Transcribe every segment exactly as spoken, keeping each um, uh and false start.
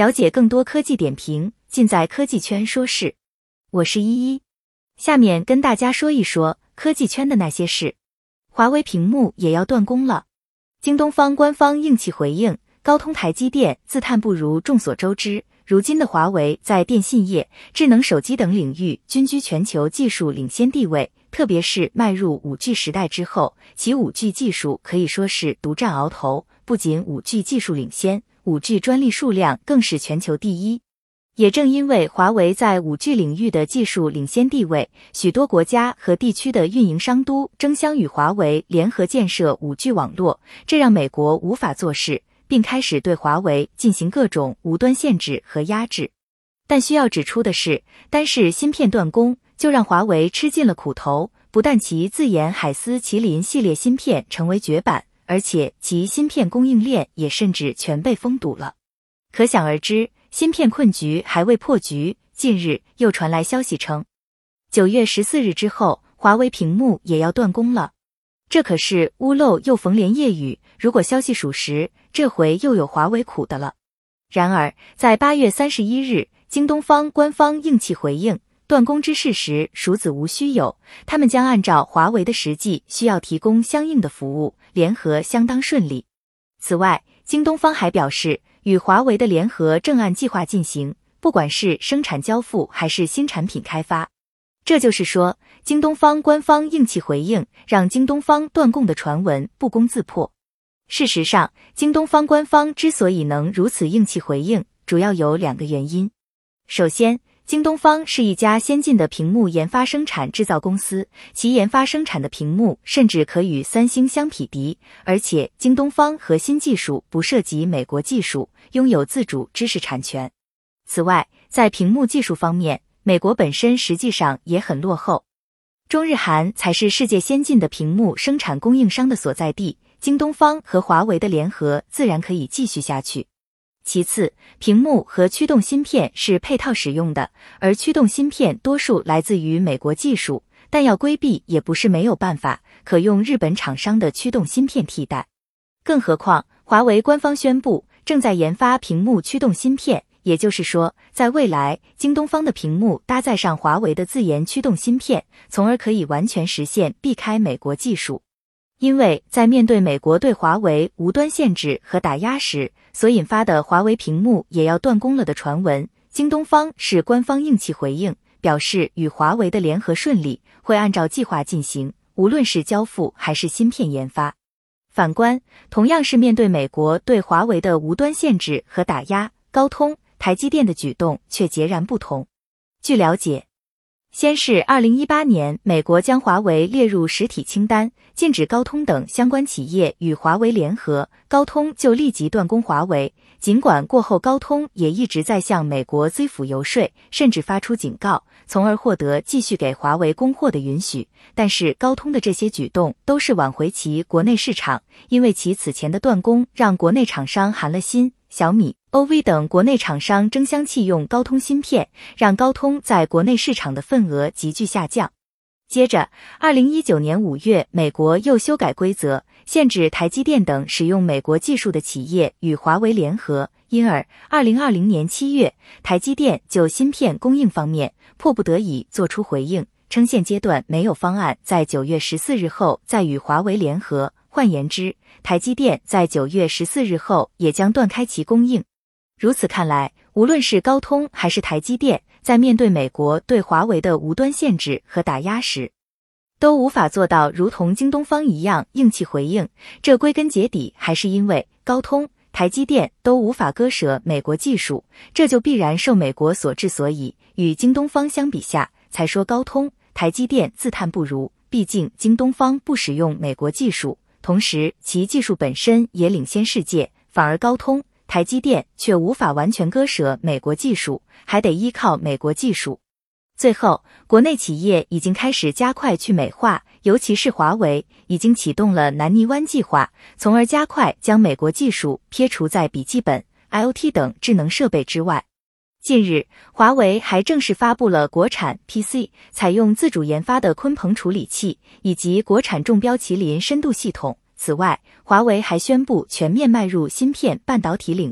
了解更多科技点评，尽在科技圈说事。我是依依，下面跟大家说一说科技圈的那些事。华为屏幕也要断供了，京东方官方硬气回应，高通、台积电自叹不如。众所周知，如今的华为在电信业、智能手机等领域均居全球技术领先地位，特别是迈入 五 G 时代之后，其 五 G 技术可以说是独占鳌头，不仅 五 G 技术领先， 五 G 专利数量更是全球第一。也正因为华为在 五 G 领域的技术领先地位，许多国家和地区的运营商都争相与华为联合建设 五 G 网络，这让美国无法做事，并开始对华为进行各种无端限制和压制。但需要指出的是，单是芯片断供就让华为吃尽了苦头，不但其自研海思麒麟系列芯片成为绝版，而且其芯片供应链也甚至全被封堵了。可想而知，芯片困局还未破局。近日又传来消息称，九月十四日之后，华为屏幕也要断供了。这可是屋漏又逢连夜雨，如果消息属实，这回又有华为苦的了。然而，在八月三十一日，京东方官方硬气回应，断供之事实孰子无虚有，他们将按照华为的实际需要提供相应的服务，联合相当顺利。此外，京东方还表示，与华为的联合正按计划进行，不管是生产交付还是新产品开发。这就是说，京东方官方硬气回应，让京东方断供的传闻不攻自破。事实上，京东方官方之所以能如此硬气回应，主要有两个原因。首先，京东方是一家先进的屏幕研发生产制造公司，其研发生产的屏幕甚至可与三星相匹敌，而且京东方核心技术不涉及美国技术，拥有自主知识产权。此外，在屏幕技术方面，美国本身实际上也很落后，中日韩才是世界先进的屏幕生产供应商的所在地，京东方和华为的联合自然可以继续下去。其次，屏幕和驱动芯片是配套使用的，而驱动芯片多数来自于美国技术，但要规避也不是没有办法，可用日本厂商的驱动芯片替代。更何况，华为官方宣布正在研发屏幕驱动芯片，也就是说，在未来，京东方的屏幕搭载上华为的自研驱动芯片，从而可以完全实现避开美国技术。因为在面对美国对华为无端限制和打压时，所引发的华为屏幕也要断供了的传闻，京东方是官方硬气回应，表示与华为的联合顺利，会按照计划进行，无论是交付还是芯片研发。反观，同样是面对美国对华为的无端限制和打压，高通、台积电的举动却截然不同。据了解，先是二零一八年，美国将华为列入实体清单，禁止高通等相关企业与华为联合，高通就立即断供华为。尽管过后高通也一直在向美国 Z 府游说，甚至发出警告，从而获得继续给华为供货的允许，但是高通的这些举动都是挽回其国内市场，因为其此前的断供让国内厂商寒了心，小米、O V 等国内厂商争相弃用高通芯片，让高通在国内市场的份额急剧下降。接着，二零一九年五月，美国又修改规则，限制台积电等使用美国技术的企业与华为联合，因而二零二零年七月，台积电就芯片供应方面迫不得已做出回应，称现阶段没有方案在九月十四日后再与华为联合，换言之，台积电在九月十四日后也将断开其供应。如此看来，无论是高通还是台积电，在面对美国对华为的无端限制和打压时，都无法做到如同京东方一样硬气回应。这归根结底还是因为高通、台积电都无法割舍美国技术，这就必然受美国所致，所以与京东方相比下，才说高通、台积电自叹不如。毕竟京东方不使用美国技术，同时其技术本身也领先世界，反而高通、台积电却无法完全割舍美国技术，还得依靠美国技术。最后，国内企业已经开始加快去美化，尤其是华为已经启动了南泥湾计划，从而加快将美国技术撇除在笔记本、I O T 等智能设备之外。近日，华为还正式发布了国产 P C 采用自主研发的鲲鹏处理器，以及国产中标麒麟深度系统。此外，华为还宣布全面迈入芯片半导体领域，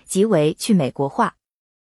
即为去美国化。